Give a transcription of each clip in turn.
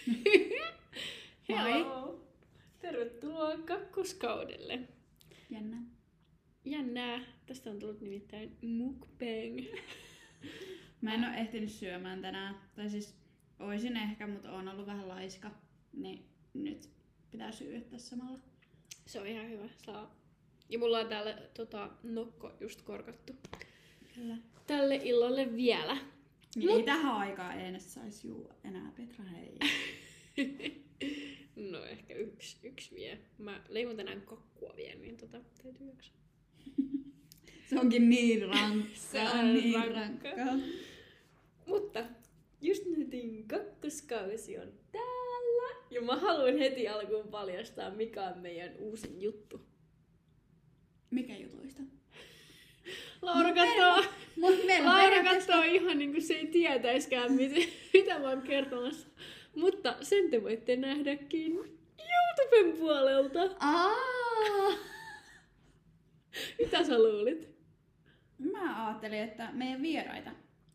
Hello! Tervetuloa kakkoskaudelle. Jännää. Tästä on tullut nimittäin mukbang. Mä en oo ehtinyt syömään tänään. Tai siis oisin ehkä, mutta oon ollut vähän laiska. Niin nyt pitää syödä tässä samalla. Se on ihan hyvä. Saa. Ja mulla on täällä nokko just korkattu. Kyllä. Tälle illalle vielä. Niin ei tähän aikaan edes saisi juua enää, Petra, hei. No ehkä yksi vie. Mä leivon tänään kakkua vielä, niin täytyy jaksaa. Se onkin niin rankkaa. Se on niin rankkaa. Mutta just nyt kakkoskausi on täällä. Ja mä haluan heti alkuun paljastaa, mikä on meidän uusin juttu. Mikä jutuista? Laura katsoo ihan niinku se ei tietäiskään, mitä mä oon kertomassa. Mutta sen te voitte nähdäkin YouTuben puolelta. Mitä sä luulit? Mä ajattelin, että meidän vieraita.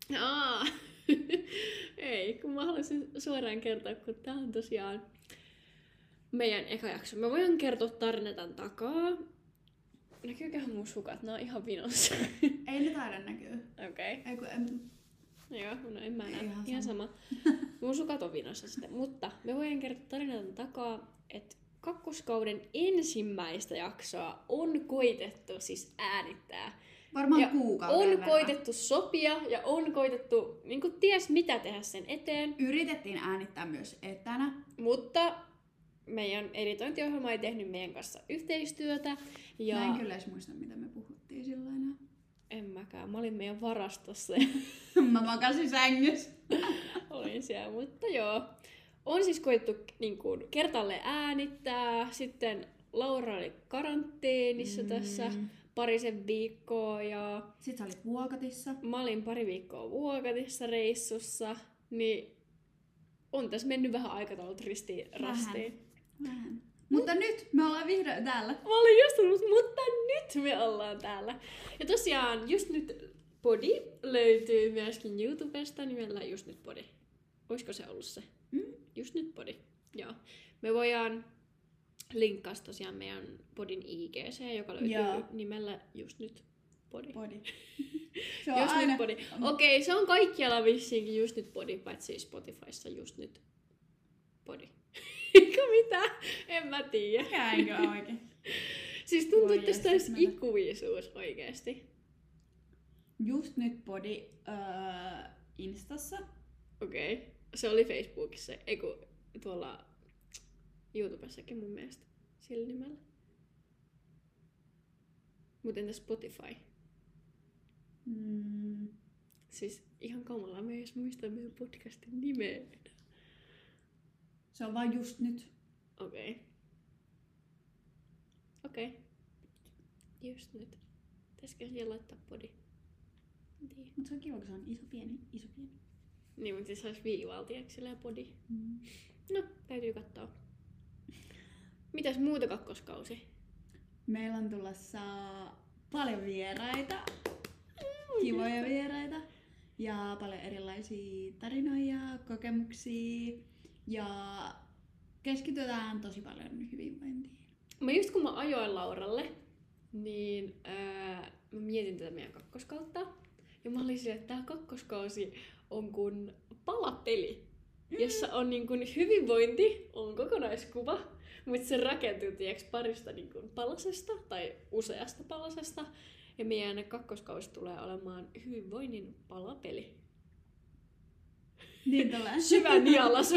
Ei, kun mä haluaisin suoraan kertoa, kun tää on tosiaan meidän eka jakso. Mä voin kertoa tarinan takaa. Näkyyköhän mun sukat? Nää on ihan vinossa. Ei ne taida näkyä. Okei. Joo, no en mä näe. Ihan sama. Mun sukat on vinossa sitten. Mutta me voin kertoa tarinan takaa, että kakkoskauden ensimmäistä jaksoa on koitettu siis äänittää. Varmaan kuukauden on verran. koitettu sopia ja on koitettu niin ties mitä tehdä sen eteen. Yritettiin äänittää myös etänä. Mutta meidän editointiohjelma ei tehnyt meidän kanssa yhteistyötä. Ja Mä en kyllä edes muista, mitä me puhuttiin silloin. En mäkään. Mä olin meidän varastossa. Mä makasin sängyssä. Olin siellä, mutta joo. On siis koettu niin kuin, kertalle äänittää. Sitten Laura oli karanteenissa tässä parisen viikkoa. Ja sitten sä olit Vuokatissa. mä olin pari viikkoa Vuokatissa reissussa. Niin on tässä mennyt vähän aikataulut ristiin rastiin. Vähän. Mutta nyt me ollaan vihdoin täällä. Mä olin just tullut, mutta nyt me ollaan täällä. Ja tosiaan just nyt Podi löytyy myöskin YouTubesta nimellä Just nyt Podi. Oisko se ollut se? Just nyt Podi. Joo. Me voidaan linkkaa tosiaan meidän Podin IGC, joka löytyy nimellä Just nyt Podi. Se on Just aina... nyt Podi. Okei, se on kaikkialla vissiinkin Just nyt Podi, paitsi Spotifyssa Just nyt Podi. Eikö mitä? En mä tiedä. Eikö oikein? Siis tuntuu, että tästä olisi ikuisuus oikeesti. Just nyt Podi Instassa. Okei. Se oli Facebookissa, eiku tuolla YouTubessakin mun mielestä sillä nimellä. Mut entä Spotify? Siis ihan kamalaa, me ei edes muista meidän podcastin nimeä. Se on vaan Just nyt. Okei. Just nyt. Pitäisikö siellä laittaa Podi? Mut se on kiva, kun se on iso pieni. Niin, mutta se olisi viivaltiaksi silleen Podi. No, täytyy katsoa. Mitäs muuta kakkoskausi? Meillä on tulossa paljon vieraita. Kivoja vieraita. Ja paljon erilaisia tarinoja, kokemuksia. Ja keskitytään tosi paljon hyvinvointiin. Just kun mä ajoin Lauralle, niin mä mietin tätä meidän kakkoskautta. Ja mä olin silleen, että tää kakkoskausi on kuin palapeli, jossa on niin kuin hyvinvointi, on kokonaiskuva, mutta se rakentuu parista niin kuin palasesta tai useasta palasesta. Ja meidän kakkoskausi tulee olemaan hyvinvoinnin palapeli. Niin tulee. Syvä nialasu.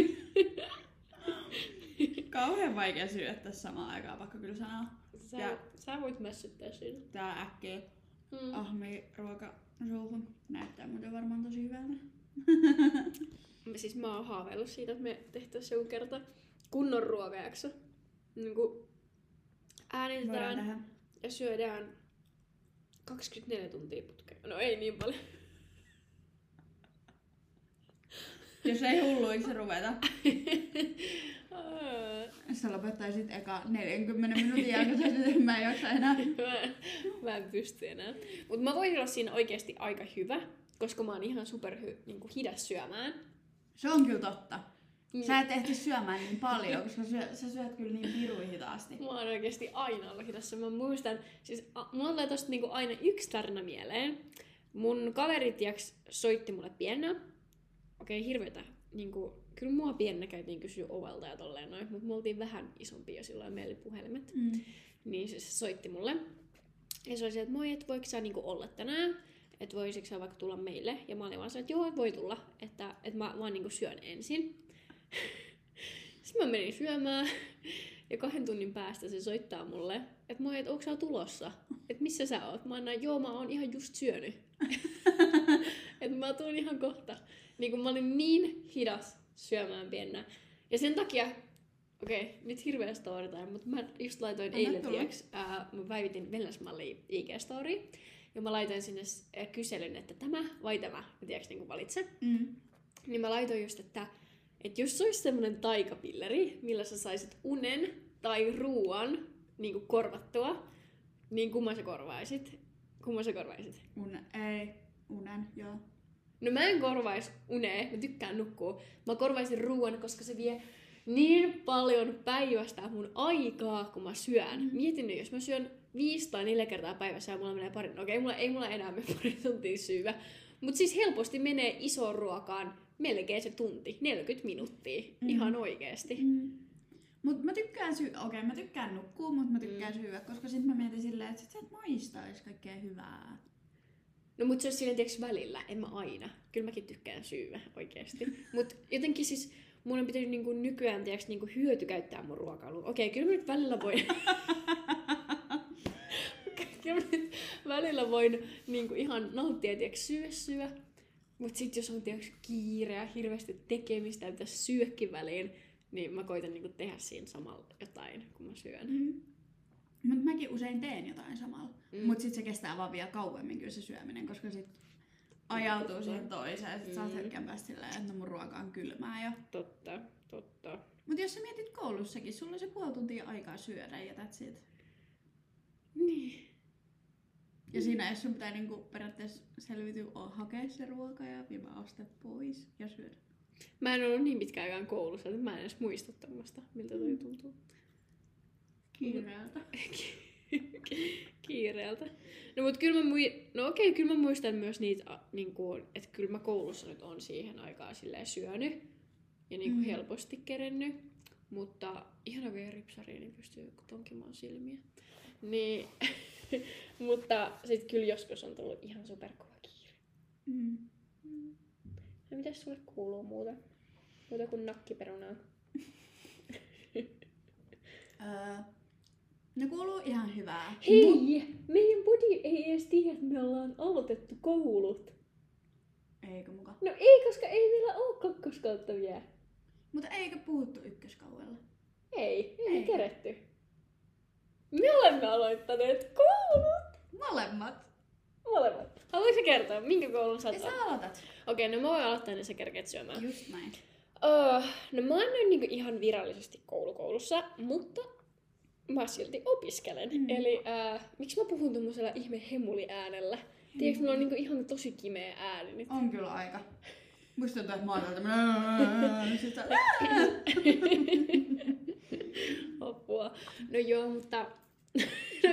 Kauhean vaikea syödä tässä samaan aikaan, vaikka kyllä sanoa. Sä voit mässyttää siinä. Tää äkkiä ahmii ruoka suuhun. Näyttää muuten varmaan tosi hyvältä. Siis mä oon haaveillut siitä, että me tehtäis joku kerta kunnon ruokajakso. Niinku äänitetään ja syödään 24 tuntia putkeen. No ei niin paljon. Jos ei hulluiksi ruveta. Sä lopettaisit eka 40 minuutin jälkeen, mä en jaksa enää. Mä en pysty enää. Mut mä voin olla siinä oikeesti aika hyvä, koska mä oon ihan hidas syömään. Se on kyllä totta. Sä et ehti syömään niin paljon, koska sä syöt kyllä niin pirun hitaasti. Mä oon oikeesti aina ollut hidassa. Mä muistan, siis mulla tulee tosta niinku aina yksi tarina mieleen. Mun kaverit soitti mulle pienenä. Okei, hirveetä. Niinku, kyllä mua pienenä käytiin kysyä ovelta ja tolleen noin, mutta me oltiin vähän isompia silloin, meillä oli puhelimet. Niin se soitti mulle. Ja se oli se, että moi, et voiko sä niinku olla tänään? Että voisitko sä vaikka tulla meille? Ja mä olin vaan se, että joo, voi tulla. Että mä vaan niinku syön ensin. Sitten mä menin syömään. Ja 2 tunnin päästä se soittaa mulle, että moi, et onko sä tulossa? Että missä sä oot? Mä annan, joo, mä oon ihan just syönyt. Että mä tuun ihan kohta. Niin kun mä olin niin hidas syömään piennä. Ja sen takia, okei, nyt hirveä story time, mutta mä just laitoin eilen mä päivitin Wellness-mallia IG-story. Ja mä laitoin sinne kyselyn, että tämä vai tämä, mä tiedätkö niin valitse. Niin mä laitoin just, että jos se olisi semmonen taikapilleri, millä sä saisit unen tai ruoan niin korvattua, niin kumman sä korvaisit? Unen, joo. No mä en korvais unea, mä tykkään nukkua. Mä korvaisin ruoan, koska se vie niin paljon päivästä mun aikaa, kun mä syön. Mietin nyt, jos mä syön 5 tai 4 kertaa päivässä ja mulla menee ei mulla enää mene pari tuntia syödä. Mut siis helposti menee isoon ruokaan melkein se tunti, 40 minuuttia. Ihan oikeesti. Mut mä tykkään mä tykkään nukkua, mutta mä tykkään syödä, koska sit mä mietin silleen, että sit sä et maistais kaikkea hyvää. No mut se on silleen tiiäks välillä, en mä aina. Kyllä mäkin tykkään syödä oikeesti. Mut jotenkin siis mun on pitänyt niinku nykyään tiiäks niinku hyötykäyttää mun ruokailua. Okei, kyllä mä nyt välillä voin... välillä voin niinku ihan nauttia tiiäks syö. Mut sit jos on tiiäks kiireä, hirveästi tekemistä ja pitäis syökin väliin, niin mä koitan niinku tehdä siinä samalla jotain, kun mä syön. Mut mäkin usein teen jotain samalla. Mut sit se kestää vaan vielä kauemmin kyllä se syöminen, koska sit ajautuu siihen toiseen ja sit sä oot hetken päästä silleen, että no mun ruoka on kylmää jo. Totta. Mut jos sä mietit koulussakin, sulla on se 0,5 tuntia aikaa syödä ja that's it. Niin. Ja siinä jos sun pitää niinku periaatteessa selviytyä hakea se ruoka ja viemä ostaa pois ja syödä. Mä en ollut niin pitkään aikaan koulussa, että mä en edes muista tämmöstä, miltä toi tuntuu. Kiireeltä. No mut kyllä mä muistan myös niitä, niinku, että kyllä mä koulussa nyt on siihen aikaan silleen syönyt ja niinku helposti kerennyt. Mutta ihana vielä ripsariin, niin pystyy tonkimaan silmiä. Niin, mutta sit kyllä joskus on tullut ihan superkova kiire. No mitäs sulle kuuluu muuta? Muuta kuin nakkiperunaa? Ne kuuluu ihan hyvää. Hei! Meidän body ei edes tiedä, että me ollaan aloitettu koulut. Eikö muka? No ei, koska ei meillä oo kakkoskautta vielä. Mutta eikö puhuttu ykköskaudella? Ei keretty. Me olemme aloittaneet koulut! Molemmat. Haluatko kertoa, minkä koulun sä oot? Ja sä aloitat. Okei, no mä voin aloittaa, niin sä kerkeet syömään. Just näin. No mä oon nyt niinku ihan virallisesti koulussa, mutta mä silti opiskelen. Eli miksi mä puhun tommosella ihme hemuliäänellä? Tiedätkö, mulla on niinku ihan tosi kimeä ääni nyt. On kyllä aika. Musta tuntuu, että mä oon täältä. Apua. No joo, mutta... no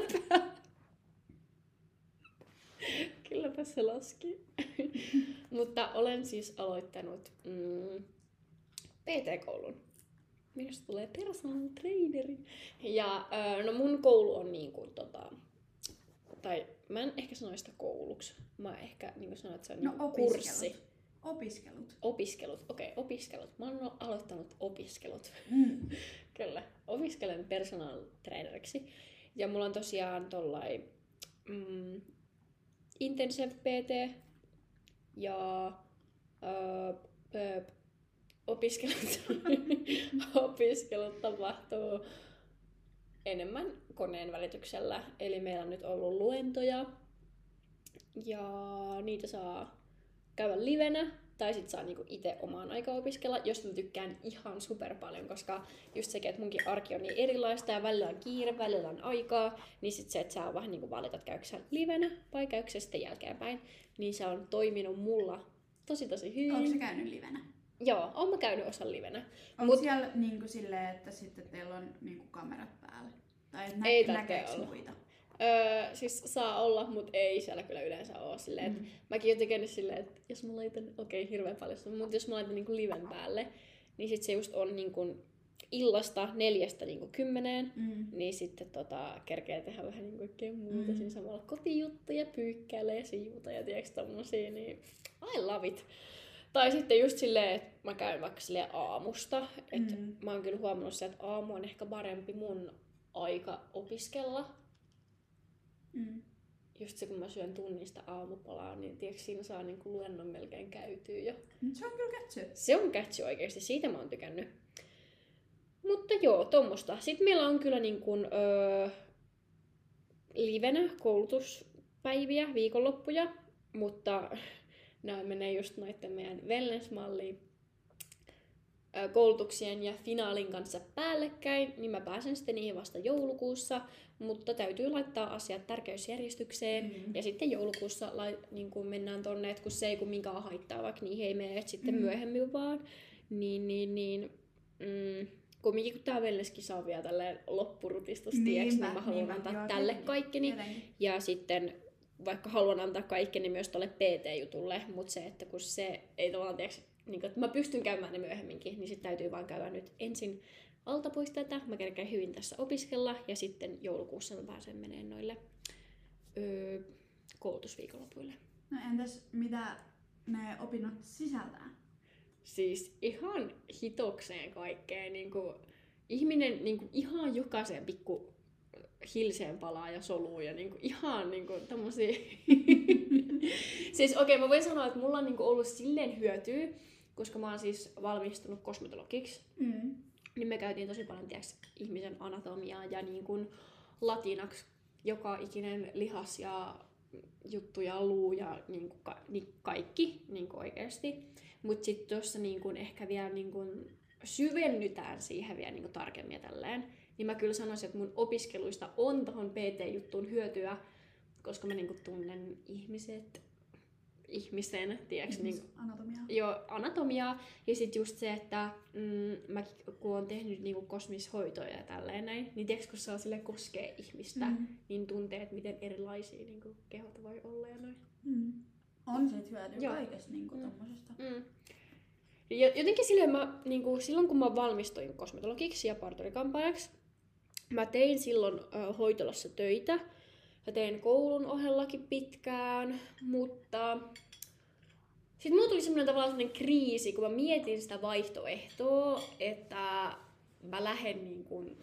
kylläpä se laski. Mutta olen siis aloittanut PT-koulun. Minusta tulee personal traineri. Ja no mun koulu on niinku tai mä en ehkä sano sitä kouluksi. Mä ehkä niinku sanon, että se on niinku kurssi. Opiskelut. Okei, opiskelut. Mä oon aloittanut opiskelut. Kyllä. Opiskelen personal traineriksi. Ja mulla on tosiaan tollai intensive PT ja opiskelut tapahtuu enemmän koneen välityksellä. Eli meillä on nyt ollut luentoja ja niitä saa käydä livenä tai sit saa niinku itse omaan aikaan opiskella, josta mä tykkään ihan super paljon, koska just sekin, että munkin arki on niin erilaista ja välillä on kiire, välillä on aikaa, niin sit se, että saa vähän niinku valita, että käykö sä livenä vai käykö sä sitten jälkeenpäin, niin se on toiminut mulla tosi hyvin. Oletko sä käynyt livenä? Joo, oon mä käynyt osan livenä. Onko siellä niinku silleen, että sitten teillä on niinku kamerat päällä? Tai Ei näkeekö olla. muita? Siis saa olla, mutta ei siellä kyllä yleensä ole silleen, että mäkin oon tekenyt silleen, että jos mä laitan, hirveän paljon, mutta jos mä laitan niinku liven päälle, niin sit se just on niinku illasta 4:00 niinku 10:00, niin sitten kerkee tehdä vähän niinku kaikkea muuta siinä samalla kotijuttuja, pyykkäillä ja siivuta ja tiiäks tommosia, niin I love it. Tai sitten just silleen, että mä käyn vaikka silleen aamusta, että mä oon kyllä huomannut se, että aamu on ehkä parempi mun aika opiskella. Just se, kun mä syön tunnista aamupalaa, niin tiiäks, siinä saa niinku luennon melkein käytyä jo. Se on kyllä kätsy. Se on kätsy oikeesti, siitä mä oon tykännyt. Mutta joo, tommosta. Sitten meillä on kyllä niin kuin, livenä koulutuspäiviä, viikonloppuja, mutta nämä menee just noitten meidän wellness-malliin koulutuksien ja finaalin kanssa päällekkäin, niin mä pääsen sitten niihin vasta joulukuussa, mutta täytyy laittaa asiat tärkeysjärjestykseen ja sitten joulukuussa niin kun mennään tonne, että kun se ei kumminkaan haittaa, vaikka niihin ei mene, että sitten myöhemmin vaan, kumminkin kun tää wellnesskisa on vielä tälleen loppurutistustieks, niin mä haluan antaa tälle kaikkeni. Ja sitten vaikka haluan antaa kaikkeni myös tolle PT-jutulle, mutta se, että kun se ei tavallaan tiiäks, niin kun, että mä pystyn käymään ne myöhemminkin, niin sit täytyy vaan käydä nyt ensin alta pois tätä. Mä kerkään hyvin tässä opiskella ja sitten joulukuussa mä pääsen meneen noille koulutusviikonlopuille. No entäs mitä ne opinnot sisältää? Siis ihan hitokseen kaikkea. Niinku, ihminen niinku, ihan jokaiseen pikku hilseen palaa ja soluun ja niinku, ihan niinku, tommosia... Siis mä voin sanoa, että mulla on niinku, ollut silleen hyötyä, koska mä oon siis valmistunut kosmetologiksi. Niin me käytiin tosi paljon ihmisen anatomiaa ja niinku, latinaksi joka ikinen lihas ja juttu ja luu ja niinku, kaikki niinku, oikeesti. Mut sit tossa niinku ehkä vielä niinku syvennytään siihen vielä niinku tarkemmin tälleen, niin mä kyllä sanoisin, että mun opiskeluista on tohon PT-juttuun hyötyä, koska mä niinku tunnen ihmisen, tiiäks, niinku, anatomiaa. Joo, anatomiaa. Ja sit just se, että mä kun oon tehnyt niinku kosmishoitoja ja tälleen näin, niin tiiäks, kun saa sille koskee ihmistä, niin tuntee, että miten erilaisia niinku kehot voi olla ja noin. On sit hyötyä kaikesta niinku tommosesta. Ja jotenkin silleen silloin kun mä valmistuin kosmetologiksi ja parturikampaajaksi, mä tein silloin hoitolassa töitä ja tein koulun ohellakin pitkään, mutta sitten mulla tuli semmoinen kriisi, kun mä mietin sitä vaihtoehtoa, että mä lähden niin kuin...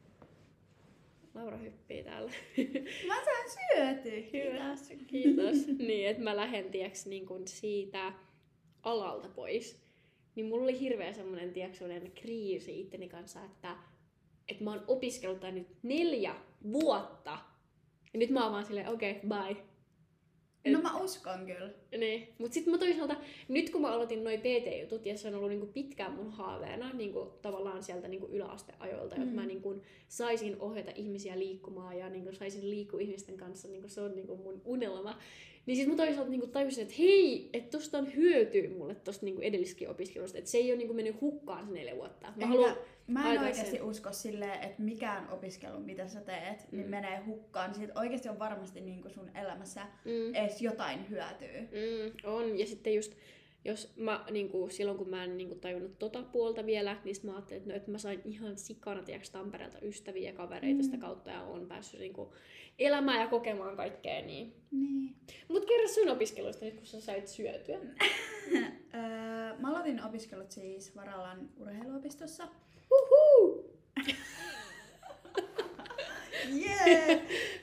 Laura hyppii täällä. Mä saan syötyä. Hyvä, kiitos. Niin, että mä lähden niin kuin siitä alalta pois. Niin mulla oli hirveä semmonen kriisi itteni kanssa, että mä oon opiskellut tää nyt 4 vuotta. Ja nyt mä oon vaan silleen, okei, bye. No mä uskon kyllä. Niin. Mut sit mä toisaalta, nyt kun mä aloitin noi PT-jutut, ja se on ollut niinku pitkään mun haaveena, niinku tavallaan sieltä niinku yläasteajoilta, että mä niinku saisin ohjata ihmisiä liikkumaan ja niinku saisin liikkua ihmisten kanssa, niinku se on niinku mun unelma. Niin sit mä toisaalta niinku tajusin, että hei, että tosta on hyötyä mulle tosta niinku edelliskin opiskelusta, että se ei oo niinku mennyt hukkaan se 4 vuotta. Mä en oikeesti usko silleen, että mikään opiskelu, mitä sä teet, niin menee hukkaan. Siitä oikeesti on varmasti niinku sun elämässä edes jotain hyötyä. On, ja sitten just, jos mä niinku, silloin kun mä en niinku tajunnut tota puolta vielä, niin mä ajattelin, että mä sain ihan sikana Tampereelta ystäviä ja kavereita sitä kautta ja oon päässyt niinku elämään ja kokemaan kaikkea. Niin. Mut kerro sun opiskeluista nyt, kun sä sait syötyä. Mä aloitin opiskelut siis Varalan urheiluopistossa. Uhu! Jee!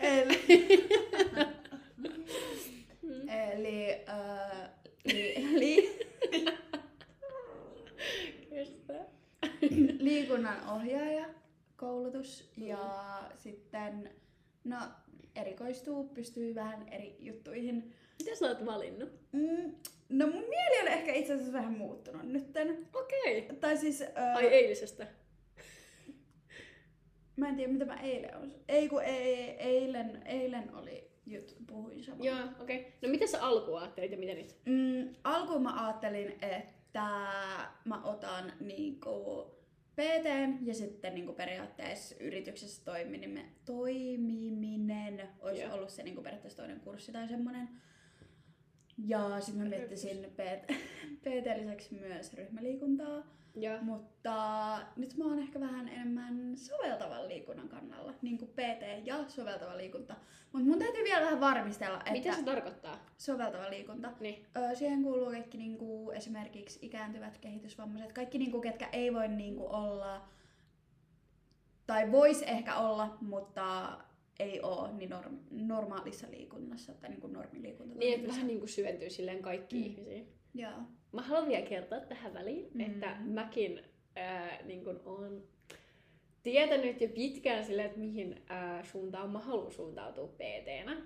Liikunnan ohjaaja koulutus ja sitten erikoistuu, pystyy vähän eri juttuihin. Mitä sä oot valinnut? No mun mieli on ehkä itse asiassa vähän muuttunut nytten. Okei. Tai siis... Ai eilisestä? Mä en tiedä mitä mä eilen on. Eilen oli puhuin samalla. Joo, okei. Okay. No mitä sä alkuun ajattelit ja mitä nyt? Alkuun mä ajattelin, että mä otan niinku PT:n ja sitten niinku periaatteessa yrityksessä toimiminen olisi ollut se niinku periaatteessa toinen kurssi tai semmonen. Ja sitten mä miettisin PT lisäksi myös ryhmäliikuntaa. Ja. Mutta nyt mä oon ehkä vähän enemmän soveltavan liikunnan kannalla, niin kuin PT ja soveltava liikunta. Mutta mun täytyy vielä vähän varmistella, että... Mitä se tarkoittaa? Soveltava liikunta. Niin. Siihen kuuluu kaikki niinku, esimerkiksi ikääntyvät kehitysvammaiset, kaikki niinku, ketkä ei voi niinku, olla, tai vois ehkä olla, mutta ei oo niin normaalissa liikunnassa tai niinku normiliikunta. Niin, että vähän niinku syventyy silleen kaikkiin ihmisiin. Joo. Mä haluan vielä kertoa tähän väliin, että mäkin niin kun oon tietänyt jo pitkään silleen, että mihin suuntaan mä haluan suuntautua PT-nä.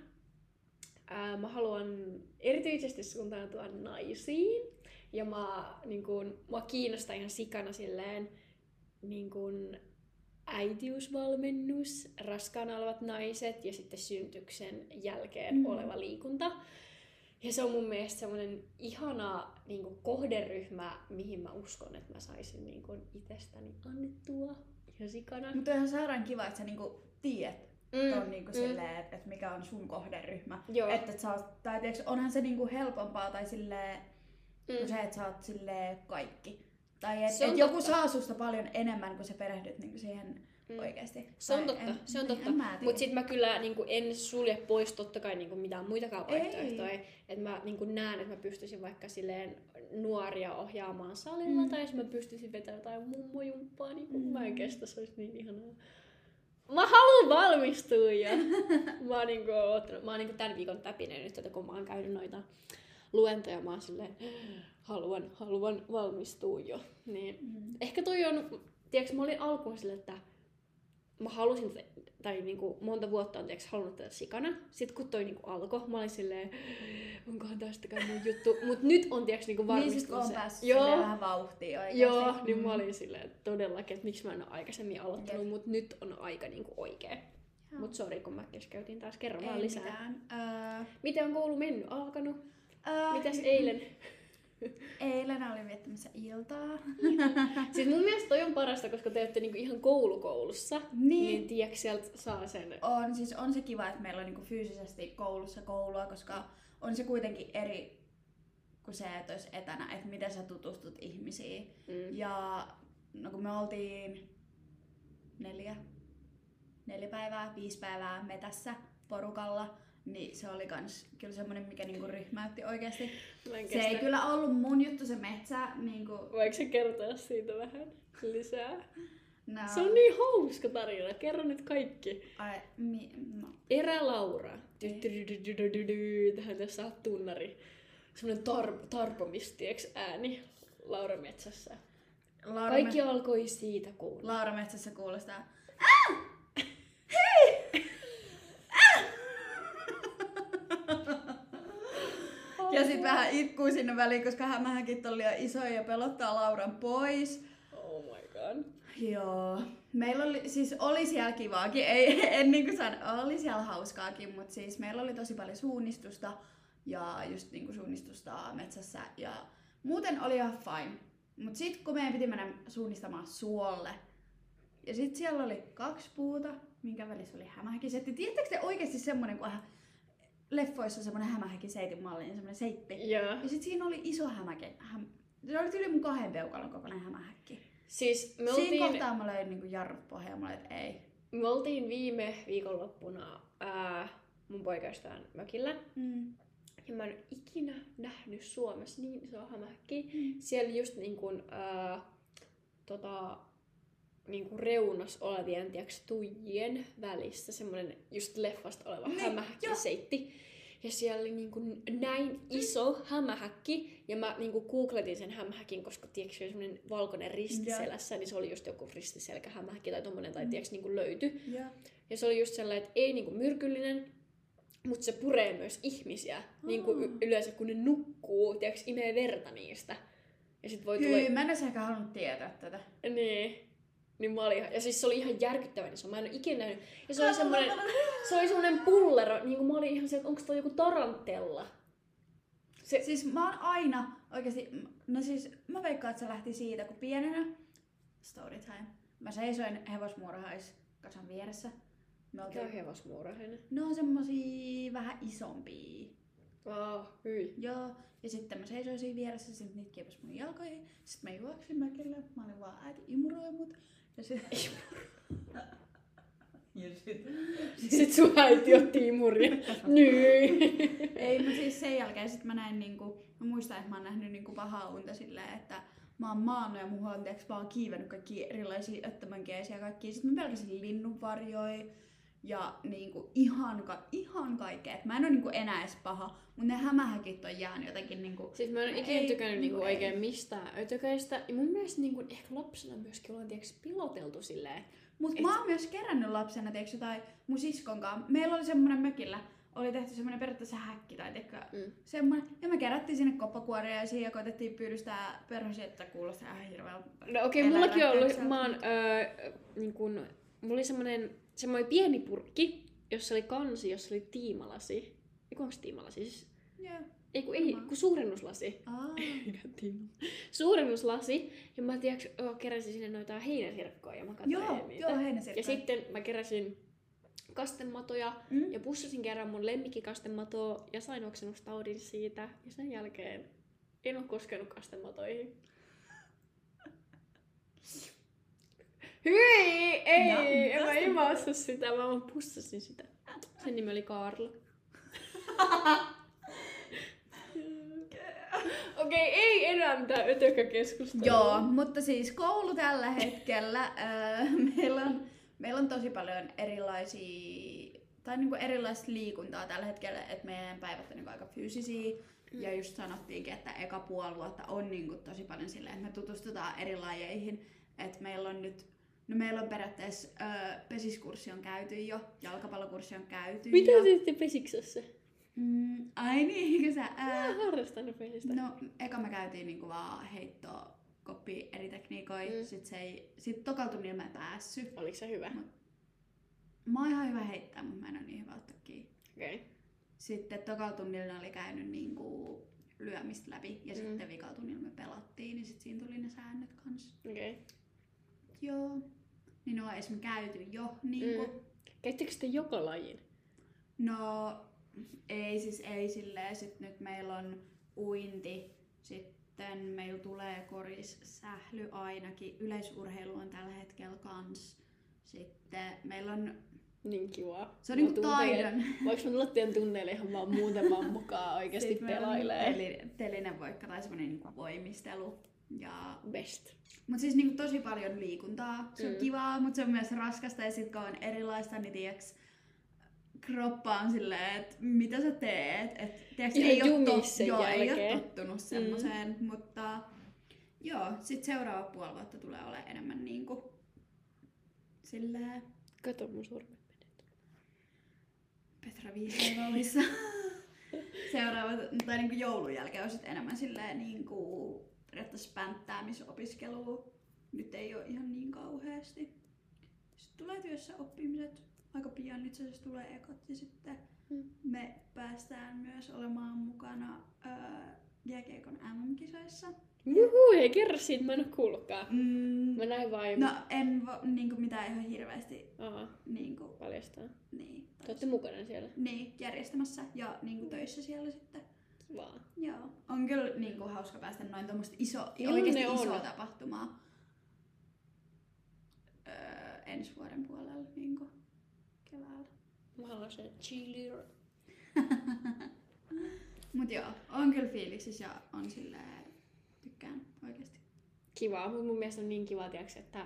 Mä haluan erityisesti suuntautua naisiin. Ja mua kiinnostaa ihan sikana silleen niin kun äitiysvalmennus, raskaana olevat naiset ja sitten synnytyksen jälkeen oleva liikunta. Ja se on mun mielestä semmoinen ihana niinku kohderyhmä, mihin mä uskon, että mä saisin niinku itsestäni annettua ihan sikana. Mutta on ihan sairaan kiva, että sä niinku tiedät ton niinku silleen, että mikä on sun kohderyhmä. Että sä oot, tai tiiäks, onhan se niinku helpompaa tai silleen, kuin se, että sä oot silleen kaikki. Tai että et joku saa susta paljon enemmän, kun sä perehdyt niinku siihen oikeesti. Se on totta, se on totta. Mut sit mä kyllä niinku en sulje pois totta kai niinku mitään muitakaan vaihtoehtoja. Että mä niinku näen, että mä pystyisin vaikka silleen nuoria ohjaamaan salilla, tai jos mä pystyisin vetämään jotain mummojumppaa, niin mä en kestä, se olisi niin ihanaa. Mä haluan valmistua ja mä oon niinku tän viikon täpinen nyt, että kun mä oon käynyt noita luentoja, mä oon silleen, haluan valmistua jo. Niin. Ehkä toi on, tiiäks, mä olin alkuun silleen, että mä halusin, tai niinku monta vuotta on halunnut tätä sikana. Sitten kun toi niinku alkoi, mä olin silleen, onkohan tästäkään mun juttu. Mut nyt on niinku varmistunut niin sit kun on se. päässyt vähän vauhtia oikeesti. Joo, niin mä olin silleen todellakin, että miksi mä en ole aikaisemmin aloittanut, mut nyt on aika niinku oikee. Mut sori, kun mä keskeytin taas, kerro vaan lisää. Mitään. Miten on koulu mennyt? Alkanut? Mitäs eilen? Eilen olin viettämässä iltaa. Siis mun mielestä toi on parasta, koska te olette niinku ihan koulussa. Niin tiedätkö, sieltä saa sen. On se kiva, että meillä on niinku fyysisesti koulussa koulua, koska on se kuitenkin eri kuin se, että olisi etänä, että miten sä tutustut ihmisiin. Ja no kun me oltiin 4 päivää, 5 päivää metässä porukalla, niin se oli kans kyllä semmonen, mikä niinku ryhmäytti oikeesti. Se ei kyllä ollut mun juttu se metsä. Niinku... Voiko sä kertoa siitä vähän lisää? No. Se on niin hauska tarina. Kerro nyt kaikki. No. Erä Laura. Tähän tässä on tunnari. Semmonen tarpomistieks ääni Laura Metsässä. Kaikki alkoi siitä kuulla. Laura Metsässä kuulostaa. Ja sit vähän itkuu sinne väliin, koska hämähäkit on liian isoja ja pelottaa Lauran pois. Oh my god. Joo. Meillä oli siellä kivaakin, en niinku sano, oli siellä hauskaakin, mutta siis meillä oli tosi paljon suunnistusta ja just niinku suunnistusta metsässä ja muuten oli ihan fine. Mut sit kun meidän piti mennä suunnistamaan suolle ja sit siellä oli 2 puuta, minkä välissä oli hämähäkisetti. Tiedättekö te oikeesti semmonen, kun leffoissa semmonen hämähäkiseitin malli, niin semmonen seitti. Yeah. Ja sit siinä oli iso hämähäkki. Se oli yli mun 2 peukalon kokoinen hämähäkki. Siis Siinä kohtaa mä löin niinku jarrut pohjaan, mä olin, että ei. Me oltiin viime viikonloppuna mun poikaystävän mökillä. Ja mä en ole ikinä nähnyt Suomessa niin iso hämähäkki. Siellä just niinku reunas olevien tuijien välissä semmonen just leffasta oleva hämähäkkiseitti. Ja siellä oli niinku näin iso hämähäkki, ja mä niinku googletin sen hämähäkin, koska tiiäks, se oli semmonen valkoinen risti selässä, niin se oli just joku ristiselkähämähäkki tai tommonen, tai tiiäks, niinku löytyi. Ja se oli just sellainen, että ei niinku myrkyllinen, mutta se puree myös ihmisiä, niinku yleensä kun ne nukkuu, tiiäks, imee verta niistä. Ja sit voi Kyllä, mä en olisi ehkä halunnut tietää tätä. Niin. Niin mä olin ja siis se oli ihan järkyttävän iso. Mä en ole ikinä nähnyt. Ja se oli semmonen pullero. Niin kuin mä olin ihan se, että onko toi joku tarantella. Siis mä oon aina oikeesti, no siis mä veikkaan, että se lähti siitä, kun pienenä, story time, mä seisoin hevosmuurahaiskasan vieressä. Mikä on hevosmuurahainen? Ne on semmosia vähän isompia. Hyi. Joo, ja sitten mä seisoin siinä vieressä, sitten niitä kiepasi mun jalkoihin. Sitten mä juoksin mäkellä, mä olin vaan äiti imuroi mut. Ja Sitten sun äiti otti imuria. Ei, mutta siis sen jälkeen sit mä näin niinku, mä muistan, että mä oon nähnyt niinku pahaa unta silleen, että mä oon maannut ja mun huoltajaksi mä oon kiivennyt kaikkia erilaisia öttömänkeisiä ja kaikkia. Sitten mä pelkäsin linnunvarjoja ja niinku ihan kaikkea. Et mä en oo niinku enää edes paha, mutta ne hämähäkit on jäänyt jotenkin niinku... Siis mä en ikinä tykännyt niinku oikein mistään ötököistä. Ja mun mielestä niinku ehkä lapsena myöskin ollaan piloteltu silleen. Mut mä oon myös kerännyt lapsena, tiiäks jotain mun siskonkaan. Meillä oli semmonen mökillä, oli tehty semmonen periaatteessa häkki tai semmonen. Ja me kerättiin sinne koppakuoriaisiin ja koitettiin pyydystää perhosia, että kuulostaa ihan hirveältä. No okei, mullakin on ollut, mulla oli semmonen pieni purkki, jossa oli kansi, jossa oli tiimalasi. Eiku onks tiimalasi? Siis... Yeah. Kun suurennuslasi. Suurennuslasi. Ja mä keräsin sinne noita heinäsirkkoja ja mä katsoin niitä. Joo, heinäsirkkoja. Ja sitten mä keräsin kastematoja ja pussasin kerran mun lemmikkikastematoa ja sain oksennustaudin siitä. Ja sen jälkeen en oo koskenut kastematoihin. Hyi! Ei! En mä imaassa sitä, mä vaan pussasin sitä. Sen nimi oli Kaarlo. Okei, ei enää mitään ötökäkeskustelua. Joo, mutta siis koulu tällä hetkellä, meillä on tosi paljon erilaista liikuntaa tällä hetkellä, että meidän päivät on niinku aika fyysisiä. Ja just sanottiinkin, että eka puoli vuotta on niinku tosi paljon silleen, että me tutustutaan eri lajeihin. Että meillä on nyt, meillä on periaatteessa pesiskurssi on käyty jo, jalkapallokurssi on käyty. Mitä teitte pesiksessä? Ai niin, kun sä... Mä oon harrastanut pesistä. No, eka me käytiin niinku vaan heittoa, koppia eri tekniikoja. Sit tokalla tunnilla mä en päässyt. Oliko se hyvä? Mä oon ihan hyvä heittää, mutta mä en oo niin hyvä ottaa kiinni. Okay. Sitten tokalla tunnilla oli käynyt niinku lyömistä läpi ja sitten vikalla tunnilla me pelattiin, niin sit siinä tuli ne säännöt kanssa. Okei. Joo. Niin ne on esim. Käyty jo niinku. Käyttekö te joka lajin? No... Ei silleen. Sitten nyt meillä on uinti, sitten meillä tulee korissähly ainakin. Yleisurheilu on tällä hetkellä kans. Sitten meillä on... Niin kiva. Se on niinku taidon. Voinko mä tulla teidän tunneille ihan vaan muutaman mukaan oikeesti pelailee? Telinevoikka tai semmonen niinku voimistelu. Ja... Best. Mut siis niinku tosi paljon liikuntaa. Se on kivaa, mut se on myös raskasta ja sit kun on erilaista, niin tiiäks... Kroppa on silleen, että mitä sä teet, että ei ole tottunut semmoseen, mutta joo, sit seuraava puoli vuotta tulee olemaan enemmän niinku silleen... Kato mun sormet menet. Petra Viisleivallissa. Seuraava, tai niinku joulun jälkeen on sit enemmän silleen niinku periaatteessa pänttäämisopiskelua. Nyt ei oo ihan niin kauheasti. Sitten tulee työssä oppimiset. Aika pian itse asiassa tulee ekot ja sitten me päästään myös olemaan mukana jääkiekon MM-kisoissa. Juhu, hei kerro siitä, mä en oo kuullutkaan. Mä näin vain. No en niinku mitään ihan hirveästi niinku paljastaa. Niin. Te ootte mukana siellä? Niin, järjestämässä ja niinku töissä siellä sitten. Kivaa. Joo. On kyllä niinku hauska päästä noin tommoista oikeesti isoa tapahtumaa. Ensi vuoden puolella niinku. Keväällä. Mä haluan sen cheerleader. Mut joo, on kyllä fiiliksissä ja on silleen, tykkään oikeesti. Kivaa, mutta mun mielestä on niin kiva, tiiäks, että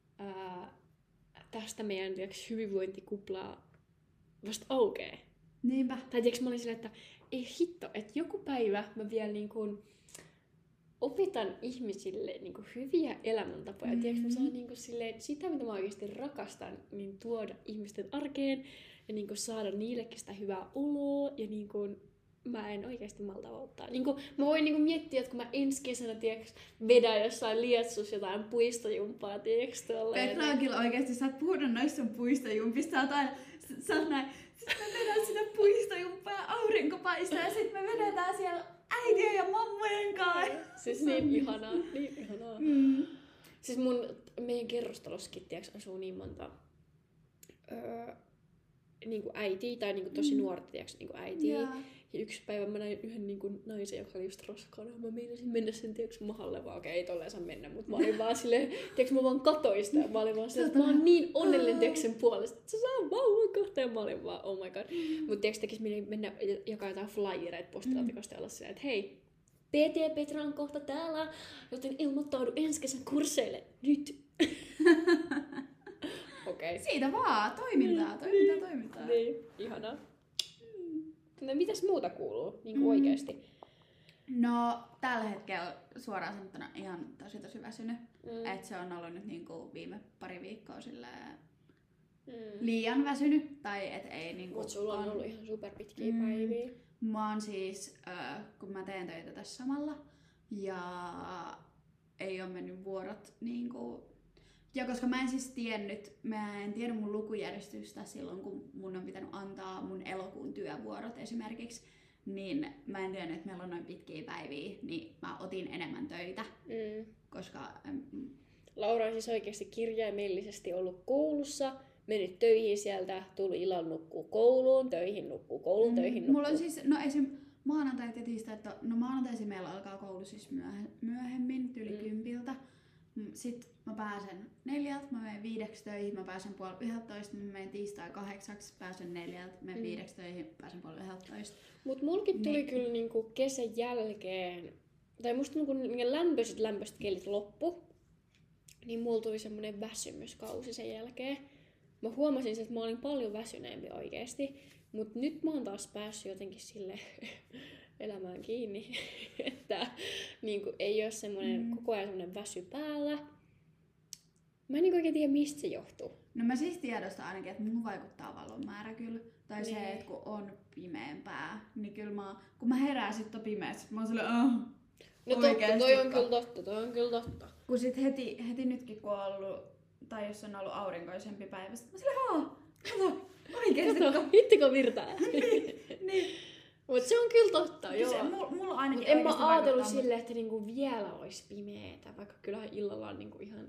tästä meidän tiiäks, hyvinvointikuplaa vasta aukee. Niinpä. Tai tiiäks, mä olin silleen, että ei hitto, että joku päivä mä vielä niin kuin opetan ihmisille niinku hyviä elämäntapoja. Tiedätkö, mä saan niinku silleen, sitä, mitä mä oikeasti rakastan, niin tuoda ihmisten arkeen ja niinku saada niillekin sitä hyvää oloa ja niinku mä en oikeesti malta ottaa. Niinku, mä voin niinku miettiä, että kun mä ensi kesänä vedän jossain Lietsus jotain puistojumppaa, tiiäks tuolla. Petra on kyllä oikeesti, sä oot puhunut noista sun puistojumpista, sä oot aina, sä oot näin, sit me vedän sitä puistojumppaa, aurinko paistaa ja sit me vedetään siellä äitien ja mammojen kanssa. Siis niin ihanaa, niin ihanaa. Siis meidän kerrostalossakin asuu niin monta niinku äitiä tai niinku tosi nuorta niinku äitiä. Yeah. Ja yksi päivä mä näin yhden niinku naisen, joka oli just raskaana. Mä meinasin mennä sen mahalle vaan, okei, ei tolleen saa mennä, mutta mä olin vaan silleen, mä vaan katoin sitä. Mä olin vaan silleen, että mä oon niin onnellinen sen puolesta, että se saa vauvan kohta. Ja mä olin vaan, oh my god. Mutta tekis mennä jakaa jotain flyereita postilaatikosta ja olla silleen, että hei, PT Petra on kohta täällä, joten ilmoittaudu ensi kesän kursseille nyt. Okei. Siitä vaan, toimintaa. Niin, ihanaa. No mitäs muuta kuuluu, niinku oikeesti? No, tällä hetkellä suoraan sanottuna ihan tosi väsynyt. Et se on ollut nyt niinku viime pari viikkoa silleen liian väsynyt. Tai et ei niinku... Mut sulla on ollut ihan superpitkiä päiviä. Mä oon siis, kun mä teen töitä tässä samalla ja ei oo mennyt vuorot niinku... Ja koska mä en siis tiennyt mun lukujärjestystä silloin, kun mun on pitänyt antaa mun elokuun työvuorot esimerkiksi, niin mä en tiennyt, että meillä on noin pitkiä päiviä, niin mä otin enemmän töitä, koska... Laura on siis oikeasti kirjaimellisesti ollut koulussa, mennyt töihin sieltä, tuli illalla nukkuu kouluun, töihin nukkuu kouluun, töihin nukkuu. Mulla on siis, no esim. Maanantait ja tiistait, no maanantaisin meillä alkaa koulu siis myöhemmin, yli 10. Sitten mä pääsen 4, mä menen 5 töihin, mä pääsen 10:30, mä menen tiistai 8, pääsen 4, menen 5 töihin, pääsen 10:30. Mut mulkin tuli kyllä niinku kesän jälkeen, tai musta niinku lämpöiset kelit loppu, niin mulla tuli semmonen väsymyskausi sen jälkeen. Mä huomasin, että mä olin paljon väsyneempi oikeesti, mut nyt mä oon taas päässyt jotenkin sille elämään kiinni, että niinku, ei oo semmonen koko ajan semmonen väsy päällä. Mä en niinku oikein tiedä, mistä se johtuu. No mä siis tiedostan ainakin, että mun vaikuttaa valon määrä kyllä. Tai se, että kun on pimeämpää, niin kyllä kun mä herään sit on pimeässä, mä oon silleen, no totta, toi on kyllä totta. Kun sit heti nytkin kun on ollut, tai jos on ollut aurinkoisempi päivä, sit mä silleen, kato, oikeesti. Kato, hittikö virtaa? niin. Mut se on kyllä totta, joo. Se, mulla ainakin en mä ajatellut silleen, että niinku vielä olisi pimeetä, vaikka kyllähän illalla on niinku ihan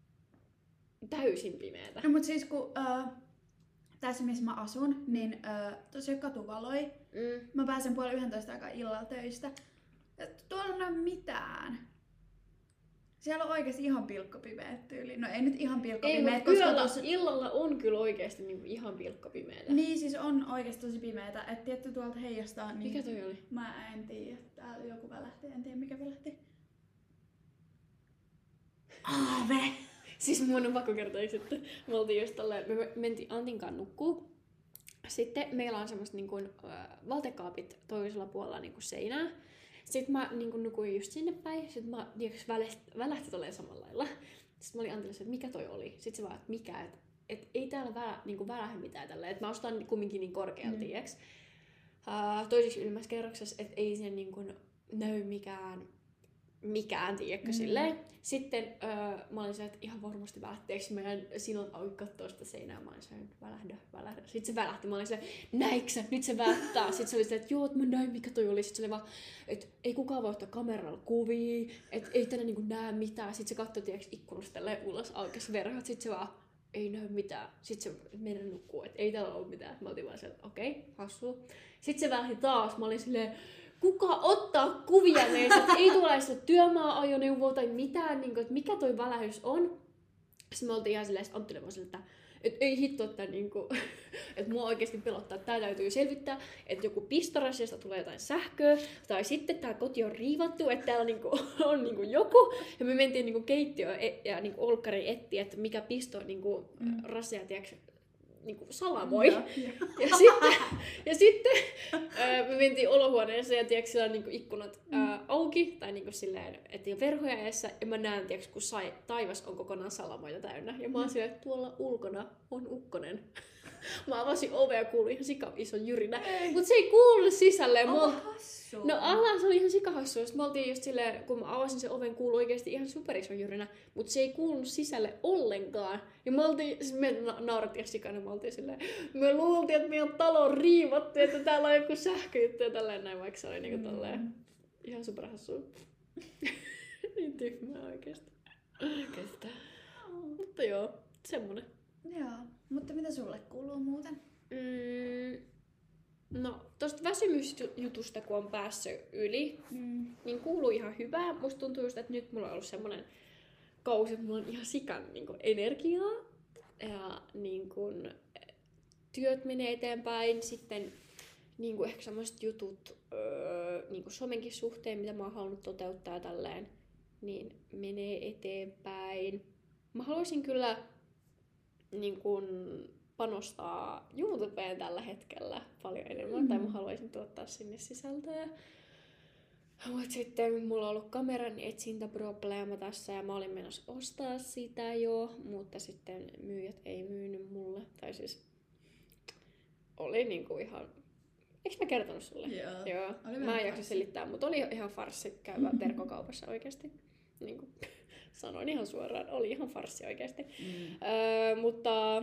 täysin pimeetä. No mut siis kun tässä missä mä asun, niin tosi katuvaloi. Mä pääsen 10:30 aikaa illalla töistä. Ja tuolla ei ole mitään. Siellä on oikeesti ihan pilkkopimeät tyyli. No ei nyt ihan pilkkopimeät, koska illalla on kyllä oikeesti niinku ihan pilkkopimeetä. Niin siis on oikeesti tosi pimeetä. Et tietty tuolta heijastaa. Niin mikä toi oli? Mä en tiedä. Täällä joku välähti. En tiedä mikä välähti. Aave! Siis mun on pakko kertoa, että me oltiin just tolleen, me mentiin Antinkaan nukkuu. Sitten meillä on semmoset niinku valtekaapit toisella puolella niinku seinää. Sitten mä niinku nukuin just sinne päin. Sitten mä välähti tolleen samalla lailla. Sitten mä olin Antille, että mikä toi oli. Sitten se vaan, että mikä, että ei täällä niinku välähä mitään tälleen. Että mä ostan kumminkin niin korkealta, tiiäks. Toiseksi ylimmässä kerroksessa, että ei siinä niinku näy mikään, tiedätkö, silleen. Sitten mä olin se, että ihan varmasti välähteekö meidän silloin auki kattoo sitä seinää. Mä olin se, välähdä. Sitten se välähti. Mä olin se, näiksä, nyt se välähtää. Sitten se oli se, että joo, että mä näin mikä toi oli. Sitten se oli vaan, että ei kukaan voi ottaa kameralla kuvia, että ei tänne niinku näe mitään. Sitten se katsoi, tiedätkö, ikkunasta tälleen ulos aukeassa verhot. Sitten se vaan, ei näy mitään. Sitten se meni nukkuu, että ei täällä ole mitään. Mä olin vaan se, että okei, hassua. Sitten se välähti taas. Mä olin silleen, kuka ottaa kuvia meistä, että ei tule sitä työmaa-ajoneuvoa tai mitään, niin kuin, että mikä toi välähys on. Sitten me oltiin ihan silleen Anttille, että ei hitto, että, niin kuin, että mua oikeasti pelottaa, että tää täytyy selvittää, että joku pistorasiasta tulee jotain sähköä, tai sitten tää koti on riivattu, että täällä niin kuin, on niin kuin joku. Ja me mentiin niin kuin keittiöön ja niin kuin olkkariin etsiä, että mikä pisto niin kuin, rasia, tiedätkö, niinku salamoi. Ja sitten me mentiin olohuoneeseen ja tiiäks, siellä on niinku ikkunat auki tai niinku silleen, että verhoja edessä ja mä näen, tiiäks, kun taivas on kokonaan salamoita täynnä. Ja mä oon silleen, että tuolla ulkona on ukkonen. Mä avasin ovea ja kuului ihan sika iso jyrinä. Mut se ei kuulu sisälle. Hassu. No se oli ihan sikahassu. Sitten me oltiin just silleen, kun mä avasin sen oven, kuului oikeesti ihan superiso jyrinä. Mut se ei kuulunut sisälle ollenkaan. Ja me naurattiin sikana. Me oltiin silleen, me luultiin, että meidän talo on riivattu, että täällä on joku sähköjuttu ja tälleen näin, vaikka se oli niinku tälleen ihan superhassua. Niin tyhmää oikeesti. Kestää. Mutta joo, semmonen. Joo, mutta mitä sulle kuuluu muuten? No, tosta väsymysjutusta kun on päässyt yli, niin kuuluu ihan hyvää. Musta tuntuu just, että nyt mulla on ollut semmonen kausi, että mulla on ihan sikan niin kuin energiaa. Ja niin kuin, työt menee eteenpäin. Sitten niin kuin ehkä semmoiset jutut niin kuin somenkin suhteen, mitä mä oon halunnut toteuttaa tälleen, niin menee eteenpäin. Mä haluaisin kyllä niin kun panostaa YouTubeen tällä hetkellä paljon enemmän, tai mä haluaisin tuottaa sinne sisältöä. Mutta sitten mulla on ollut kameran etsintäprobleema tässä, ja mä olin menossa ostaa sitä jo, mutta sitten myyjät ei myynyt mulle. Tai siis oli niinku ihan... Eikö mä kertonut sulle? Joo. Mä en jaksa selittää, mutta oli ihan farssi käydä verkkokaupassa oikeesti. Niinku, sanoin ihan suoraan, oli ihan farssi oikeesti. Mutta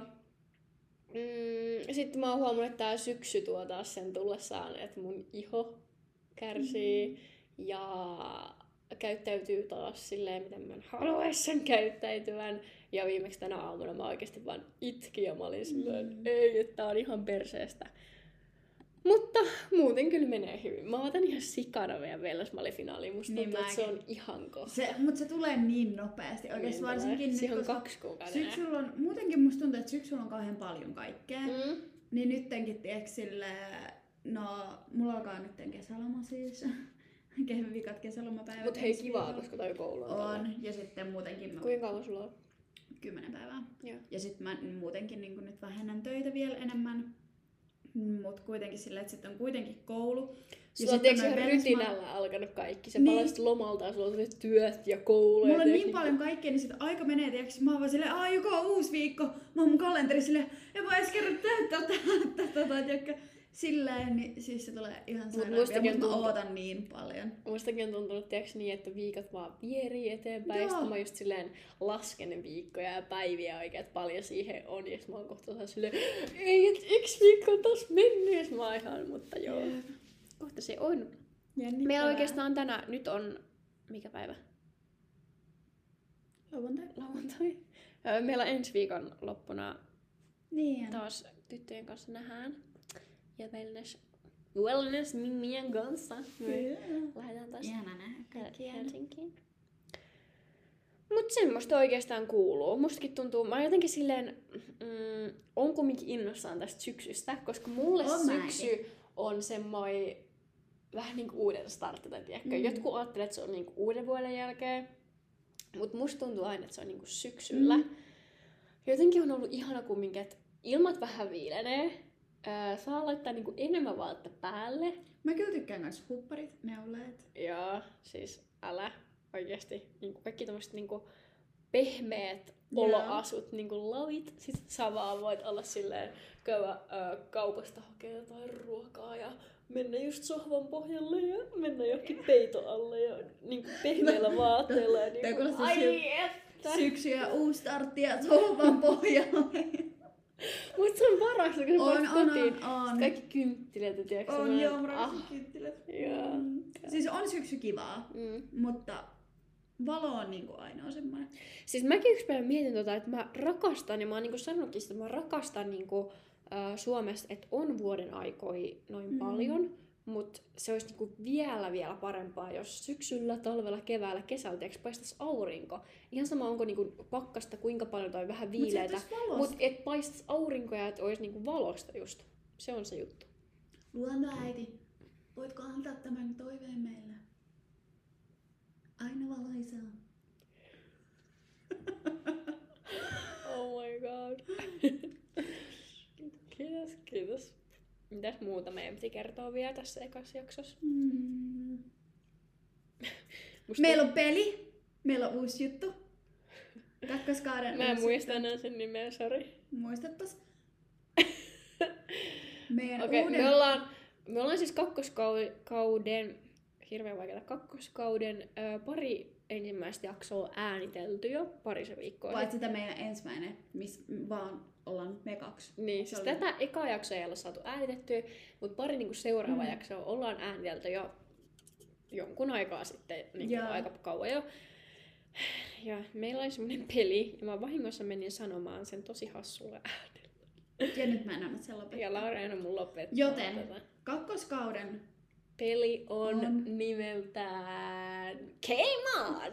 sitten mä oon huomannut, että tää syksy tuo taas sen tullessaan, että mun iho kärsii ja käyttäytyy taas silleen, miten mä en haluais sen käyttäytyvän. Ja viimeksi tänä aamuna mä oikeesti vaan itkin ja mä olin silleen, ei, että tää on ihan perseestä. Mutta muuten kyllä menee hyvin. Mä otan ihan sikana meidän Vellasmalli-finaaliin. Musta niin tuntuu, että se on ihan kohta. Mutta se tulee niin nopeasti. Oikeesti niin varsinkin nyt, siihen on 2 kuukautta. Syksyllä on, muutenkin musta tuntuu, että syksyllä on kauhean paljon kaikkea. Niin nyttenkin, tiedätkö, silleen, no, mulla alkaa nytten kesäloma siis. Vikat kesälomapäivät. Mut hei, kivaa, koska toi koulu on. Ja sitten muutenkin... Kuinka kauan sulla on? 10 päivää. Joo. Ja sitten mä muutenkin niin nyt vähennän töitä vielä enemmän. Mut kuitenkin silleen, että sitten on kuitenkin koulu. Sulla on ihan rytinällä alkanut kaikki. Sä palasit lomalta ja sulla on työt ja koulu. Mulla on niin paljon kaikkea, niin sit aika menee, tiiäks, mä oon vaan silleen, joka on uusi viikko. Mä oon mun kalenteri silleen, en mä edes kerro tätä, tiiäkkä. Silleen, niin siis se tulee ihan sairaan vielä, mutta mä ootan niin paljon. Mustakin on tuntunut, tiiäks niin, että viikot vaan vierii eteenpäin. Ja sitten mä just silleen lasken viikkoja ja päiviä oikein, että paljon siihen on. Ja sit mä oon kohta silleen, ei, et 1 viikko on taas mennyt. Ja mä oon ihan, mutta joo. Kohta se on. Meillä oikeastaan nyt on, mikä päivä? Lauantai. Meillä ensi viikon loppuna taas tyttöjen kanssa nähdään. Ja wellness mimmien kanssa. Lähdetään taas Helsinkiin. Mut semmoista oikeastaan kuuluu. Mustakin tuntuu, mä jotenkin silleen, on kumminkin innossaan tästä syksystä, koska mulle syksy on semmoinen vähän niinku uuden startti, tai tiedätkö. Jotkut ajattelee, että se on niinku uuden vuoden jälkeen, mut musta tuntuu aina, että se on niinku syksyllä. Jotenkin on ollut ihana kumminkin, että ilmat vähän viilenee. Saa laittaa niinku enemmän vaatetta päälle. Mä kyllä tykkään kans hupparit, neuleet. Joo, siis älä oikeesti. Niinku kaikki tommoset niinku pehmeät oloasut, niinku lavit. Sitten sä vaan voit olla silleen, käydä kaupasta hakea jotain ruokaa ja mennä just sohvan pohjalle ja mennä johonkin peiton alle ja niinku pehmeillä vaatteilla. Ja niinku, syksy ja uusi startti ja sohvan pohjalle. Mut se on parasta, kun sä voit kotiin. On. Kaikki kynttilät, tiiäks? On joo, mä rakastan kynttilät. Siis on syksy kivaa, mutta valo on niinku ainoa semmoinen. Siis mäkin yksi päivä mietin että mä rakastan, ja mä oon niinku sanonutkin sitä, että mä rakastan niinku, Suomessa, että on vuoden aikoja noin paljon, mutta se olisi niinku vielä parempaa, jos syksyllä, talvella, keväällä, kesällä paistaisi aurinko. Ihan sama onko niinku pakkasta kuinka paljon tai vähän viileitä, mutta et paistaisi aurinko ja et olisi niinku valosta just. Se on se juttu. Luontoäiti, voitko antaa tämän toiveen meille? Aina valoisaa. Oh my god. Kiitos. Mitäs muuta meidän piti kertoa vielä tässä ekassa jaksossa? Meillä on peli. Meillä on uusi juttu. Kakkoskauden Mä en muista enää sen nimeä, sori. Muistatpas. Meidän Okei, uuden... me ollaan siis kakkoskauden, hirveän vaikeaa, kakkoskauden pari ensimmäistä jaksoa äänitelty jo parisen viikkoa. Paitsi sitä meidän ensimmäinen, missä vaan ollaan nyt me kaksi. Niin, siis tätä ekaa jaksoa ei olla saatu äänitettyä, mutta pari niinku seuraavaa jaksoa ollaan äänitelty jo jonkun aikaa sitten, niinku aika kauan jo. Ja meillä oli semmonen peli, ja mä vahingossa menin sanomaan sen tosi hassulla äänellä. Ja nyt mä en anna sen lopettaa. Ja Laura ei anna mun lopettaa. Joten kakkoskauden peli on nimeltään Game On!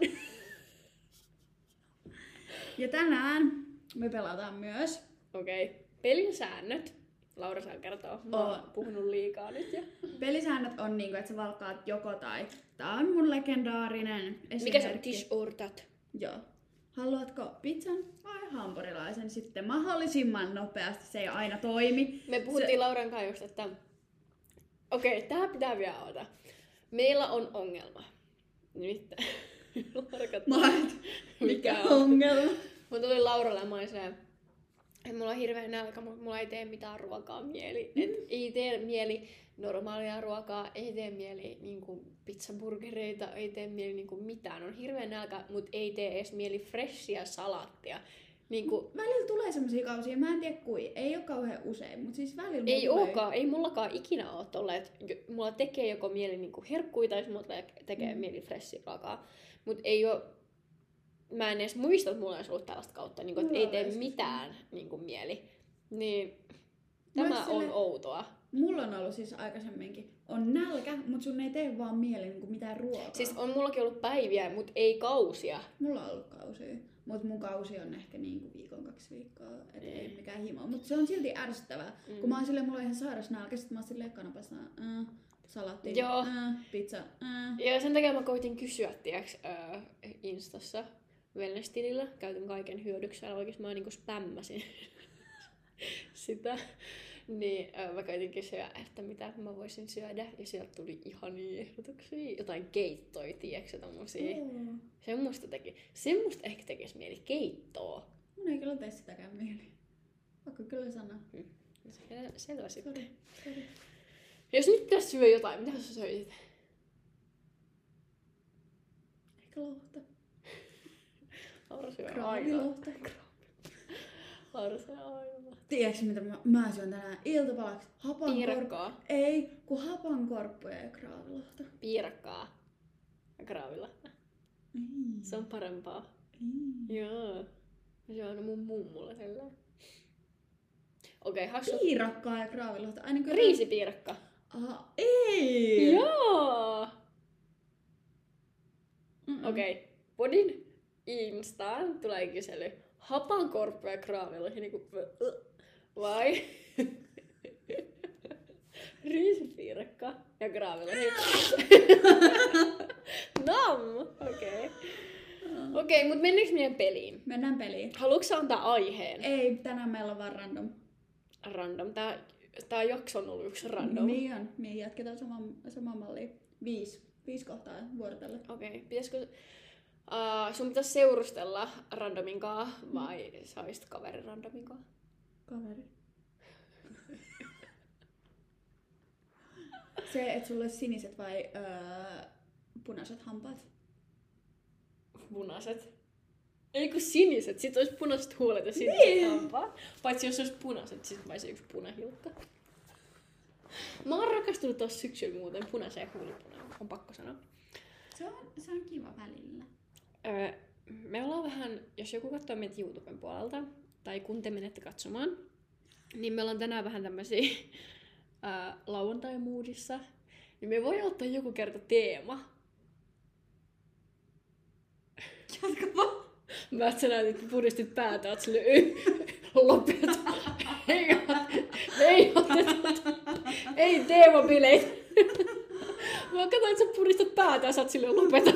Ja tänään me pelataan myös. Okei. Pelin säännöt. Laura saa kertoa. Mä oon puhunut liikaa nyt jo. Pelisäännöt on niinku, että sä valkkaat joko tai. Tää on mun legendaarinen esimerkki. Mikä se on? Tish or tat? Joo. Haluatko pizzan vai hampurilaisen sitten mahdollisimman nopeasti? Se ei aina toimi. Me puhuttiin Lauran kanssa just, että okei, tää pitää vielä avata. Meillä on ongelma. Nimittäin. Laura katsoo. Mikä ongelma? Mä tulin Lauralle ja mä olin silleen, että mulla on hirveä nälkä, mutta mulla ei tee mitään ruokaa mieli. Et ei tee mieli normaalia ruokaa, ei tee mieli niinku pizzaburgereita, ei tee mieli niinku mitään. On hirveä nälkä, mutta ei tee edes mieli freshia salaattia. Niinku, välillä tulee semmosia kausia, mä en tiedä kui, ei oo kauhean usein, mutta siis välillä ei ookaan, ei mullakaan ikinä oo tolleen, että mulla tekee joko mieli niinku herkkuja tai mulla tekee mieli freshia ruokaa. Mut ei oo, mä en edes muista, että mulla olisi ollut tällaista kautta, niinku, että ei tee mitään niinku, mieli. Niin tämä on outoa. Mulla on ollut siis aikaisemminkin, on nälkä, mutta sun ei tee vaan mieli niinku mitään ruokaa. Siis on mullakin ollut päiviä, mutta ei kausia. Mulla on ollut kausia, mutta mun kausi on ehkä niinku viikon 2 viikkoa, et ei mikään himo. Mutta se on silti ärsyttävää, kun mä oon silleen, mulla on ihan sairas nälkä, sit mä oon silleen kanapasta, salaatti, pizza, Ja sen takia mä koitin kysyä, tiiäks, Instassa wellness-tilillä, käytin kaiken hyödyksellä, oikeesti mä niinku spämmäsin sitä. Niin mä koitin kysyä, että mitä mä voisin syödä, ja sieltä tuli ihania ehdotuksia. Jotain keittoja, tiiäksä, tommosia. Semmoista ehkä tekis mieli keittoa. Mun ei kyllä tee sitäkään mieli. Vaikka kyllä sanoa. Selvä sitten. Sorry. Jos nyt pitäis syö jotain, mitä sä söisit? Ehkä lohta. Laura syö Kraavilohta. Laura syö aina. Tiedätkö mitä mä syön tänään iltapalaksi? Piirakkaa. Ei, kun hapankorppuja ja kraavilohta. Piirakkaa ja kraavilohta. Se on parempaa. Joo. Mä syön aina mun mummulle sellainen. Okei, hassu. Piirakkaa ja kraavilohta. Riisipiirakka. Aha, ei! Joo! Okei, Podin Instaan tulee kysely. Hapankorppu ja kraavilohta niinku vai riisipiirakka ja kraavilohta? Okei. Okei, mut mennäänkö meidän peliin? Mennään peliin. Haluatko sä antaa aiheen? Ei, tänään meillä on vaan random. Random. Tää jakso on ollut yksi random. Niin on. Me jatketaan samaa mallia. 5 kohtaa vuorotelle. Okei. Pitäisikö sun pitäisi seurustella randomin kaa vai sä olisit kaveri randomin kaa? Kaveri. Se, että sulla olisi siniset vai punaiset hampaat? Punaiset. Ei kun siniset, sit olisi punaiset huulet ja siniset hampaat. Paitsi jos olisi punaiset, sit mä olisin yksi punahilkka. Mä oon rakastunut tossa syksyllä muuten punaiseen huulipunaan, on pakko sanoa. Se on kiva välillä. Me ollaan vähän, jos joku katsoo meitä YouTuben puolelta, tai kun te menette katsomaan, niin me ollaan tänään vähän tämmösiä lauantai-moodissa. Niin me voi ottaa joku kerta teema. Jatka vaan. Mä et sä näet, että puristit päätä, oot silleen, lopeta. Ei teemabileitä. Mä katsoin, että sä puristat päätä ja sä oot silleen, lopeta.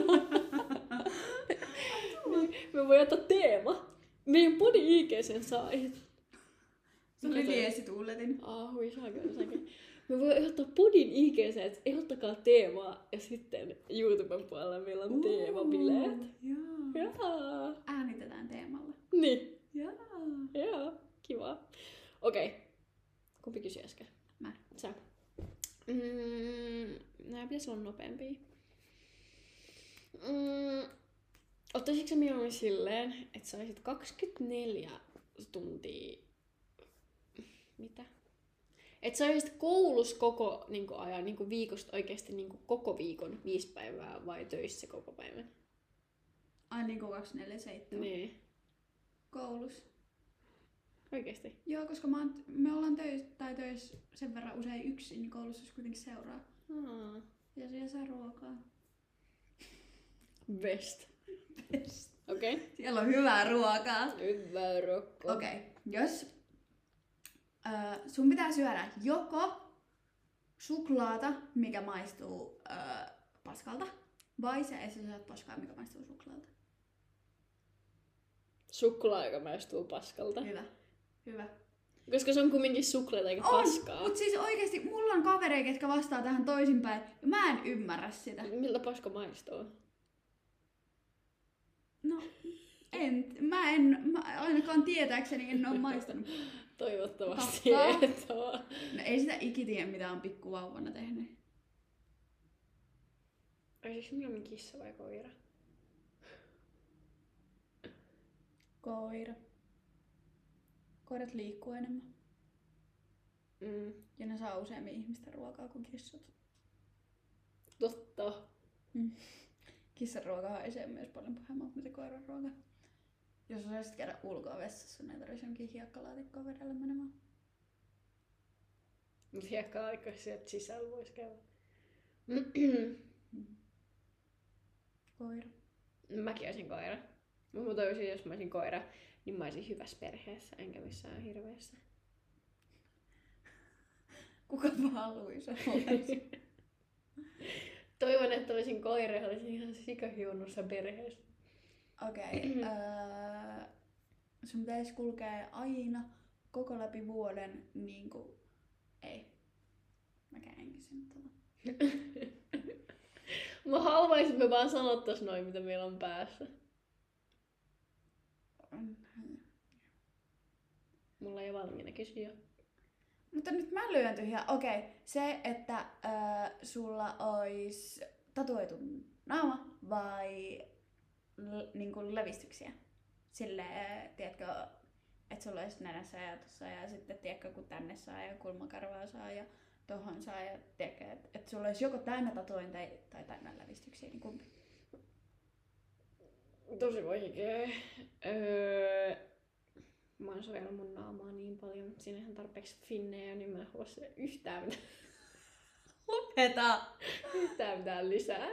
Me voi ottaa teema. Meidän Podin IG:sen saa. Se oli liesituuletin. Hui, saakin. Me voi ottaa Podin IG:sen, että ehdottakaa teemaa ja sitten YouTuben puolella meillä on teemabileet. Joo. Äänitetään teemalla. Niin. Joo. Joo, kiva. Okei. Kumpi kysyi äsken? Mä. Sä. Nää pitäisi olla nopeampia. Ottaisitko sä mieluummin silleen, että saisit 24 tuntia... Mitä? Että sä olisit koulussa koko niinku, ajan, niinku, viikosta oikeesti niinku, koko viikon 5 päivää vai töissä koko päivän? Ai niinku 247. Niin. Koulussa. Oikeesti? Joo, koska me ollaan töissä sen verran usein yksin, niin koulussa olisi kuitenkin seuraa. Ja siellä saa ruokaa. Best. Best. Okei. Okay. Siellä on hyvää ruokaa. Hyvää ruokaa. Okei, jos sun pitää syödä joko suklaata, mikä maistuu paskalta, vai sä syöt paskaa, mikä maistuu suklaalta. Suklaa, joka maistuu paskalta. Hyvä. Koska se on kumminkin suklaata eikä paskaa. Mut siis oikeesti mulla on kavereita, jotka vastaa tähän toisinpäin, ja mä en ymmärrä sitä. Miltä paska maistuu? No, mä ainakaan tietääkseni en oo maistanut. Toivottavasti et oo. No ei sitä ikitie, mitä on pikkuvauvana tehnyt. Olisiko milloin kissa vai koira? Koira. Koirat liikkuu enemmän. Ja ne saa useammin ihmisten ruokaa kuin kissat. Totta. Kissan ruoka haisee myös paljon pahemmalta mitä koiran ruoka. Jos osaisit käydä ulkoa vessassa, niin ei tarvitsisi jonkin hiekkalaatikkoa vedellä menemään. Mut hiekkalaatikkoissa sieltä sisällä vois käydä. Koira. Mäkin olisin koira. Mut mä toivoisin, jos mä olisin koira, niin mä olisin hyvässä perheessä, enkä missään hirveessä. Kuka haluaisi olla? Toivon, että olisin koira ja olisin ihan sikahiunussa perheessä. Okei. Sun pitäisi kulkea aina koko läpi vuoden niinku... Ei. Mäkään en kysynyt tota. Mä haluaisin, että me vaan sanottais noin, mitä meillä on päässä. Mulla ei ole valmiina kysyä. Mutta nyt mä lyön tyhjää. Okei, se, että sulla ois tatuoitu naama vai niinku levistyksiä? Silleen, tiedätkö, että sulla olisi nenässä ja tossa ja sitten tiedätkö, kun tänne saa ja kulmakarvaa saa ja tohon saa ja tiedätkö, että sulla olisi joko täynnä tatuointeja tai täynnä levistyksiä, niin kumpi? Tosi vaikea. Mä oon suojellut mun naamaa niin paljon, mutta siinä on ihan tarpeeksi finnejä, niin mä en halua sille yhtään mitään. Lopeta! Yhtään mitään lisää.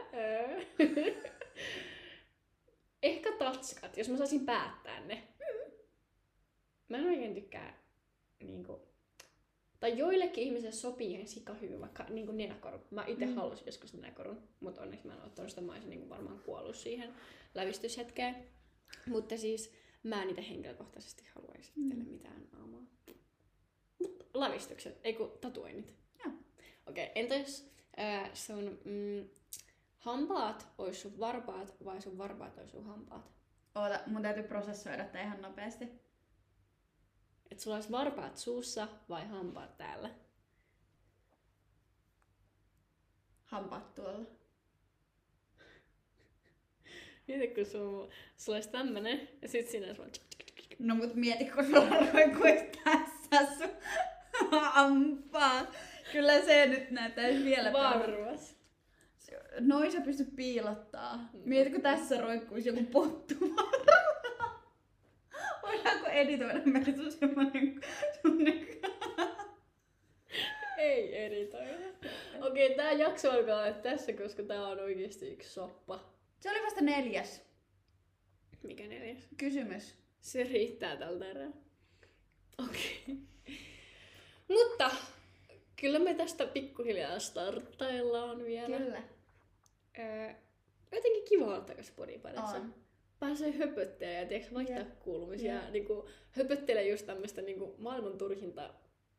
Ehkä tatskat, jos mä saisin päättää ne. Mä en oikein tykkää niinku... Tai joillekin ihmisille sopii ihan sikahyvin vaikka niinku nenäkoru. Mä itse halusin joskus nenäkorun, mutta onneksi mä en ottanut sitä. Mä olisin niinku varmaan kuollut siihen lävistyshetkeen. Mutta siis mä en itse henkilökohtaisesti haluaisi itselle mitään naamaa. Mut lävistykset, ei kun tatuoinnit. Joo. Okei, entä jos sun hampaat ois sun varpaat vai sun varpaat ois sun hampaat? Oota, mun täytyy prosessoida tää ihan nopeasti. Et sulla ois varpaat suussa vai hampaat täällä? Hampaat tuolla. Mieti, kun sulla ois tämmönen ja sit siinä ois vaan... No mut mieti, kun sulla roikkuis tässä sun hampaat. Kyllä se nyt näyttäis vielä Varvas. Noin sä pystyt piilottaa. Mieti, kun tässä roikkuisi joku pottu. Voidaanko editoida meille sun semmonen... Ei editoida. Okei, tää jakso alkaa olla tässä, koska tää on oikeesti yksi soppa. Se oli vasta 4. Mikä 4? Kysymys. Se riittää tältä erää. Okei. Mutta kyllä me tästä pikkuhiljaa starttaillaan vielä. Kyllä. Jotenkin kiva olla takaisin Bodypadissa. On. Pääsee höpöttelemään ja tiiäks, vaihtaa kuulumisia. Niinku, höpöttelee just tämmöstä niinku, maailman turhinta.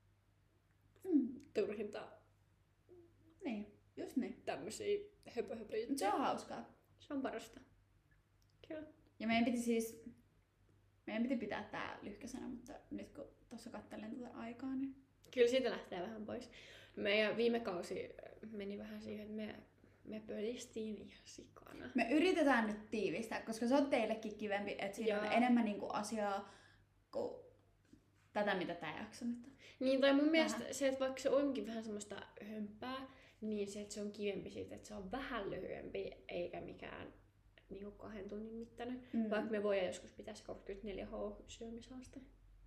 Niin, just niin. Tämmösiä höpöjuttuja. Se on hauskaa. Se on parasta. Kyllä. Ja meidän piti pitää tää lyhkäisenä, mutta nyt kun tossa kattelen tätä aikaa, niin... Kyllä siitä lähtee vähän pois. Meidän viime kausi meni vähän siihen, että me pölistiin ihan sikana. Me yritetään nyt tiivistää, koska se on teillekin kivempi, että siinä on enemmän niinku asiaa kuin tätä, mitä tää jakso nyt on. Niin, tai mun mielestä se, että vaikka se onkin vähän semmoista hömpää, niin se, että se on kivempi siitä, että se on vähän lyhyempi, eikä mikään niinku 2 tunnin mittainen. Vaikka me voidaan joskus pitää se 24H syömishaaste.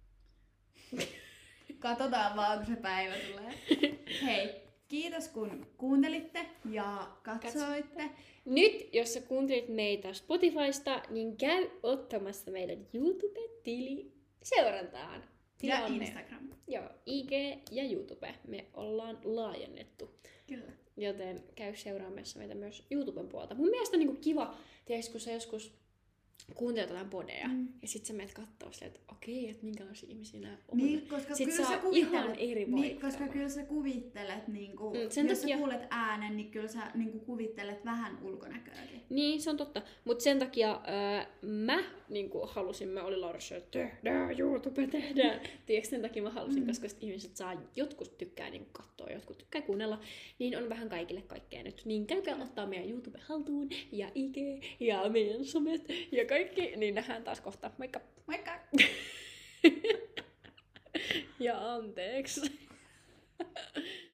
Katsotaan vaan, kun se päivä tulee. Hei, kiitos kun kuuntelitte ja katsoitte. Nyt, jos sä kuuntelit meitä Spotifysta, niin käy ottamassa meidän YouTube-tili seurantaan. Ja Instagram. Joo, IG ja YouTube. Me ollaan laajennettu. Kyllä. Joten käy seuraamassa meitä myös YouTuben puolta. Mun mielestä on niinku kiva, tiedätkö, kun sä joskus kuuntelet jotain podeja, ja sit sä menet kattoo silleen, että okei, että minkälaisia ihmisiä nää on. Niin, koska sit kyllä saa sä kuvittelet, ihan eri niin, koska kyllä sä kuvittelet, niinku, sen jos takia, sä kuulet äänen, niin kyllä sä niinku kuvittelet vähän ulkonäköäkin. niin, se on totta. Mutta sen takia mä niinku halusin, mä olin Laurassa, että tehdään YouTube, tehdään. Tiedätkö, sen takia mä halusin, koska ihmiset saa, jotkut tykkää niinku katsoa, jotkut tykkää kuunnella, niin on vähän kaikille kaikkea nyt. Niin käykää ottaa meidän YouTube haltuun, ja IG, ja meidän somet, ja kaikki, niin nähdään taas kohta. Moikka! Moikka! Ja anteeksi.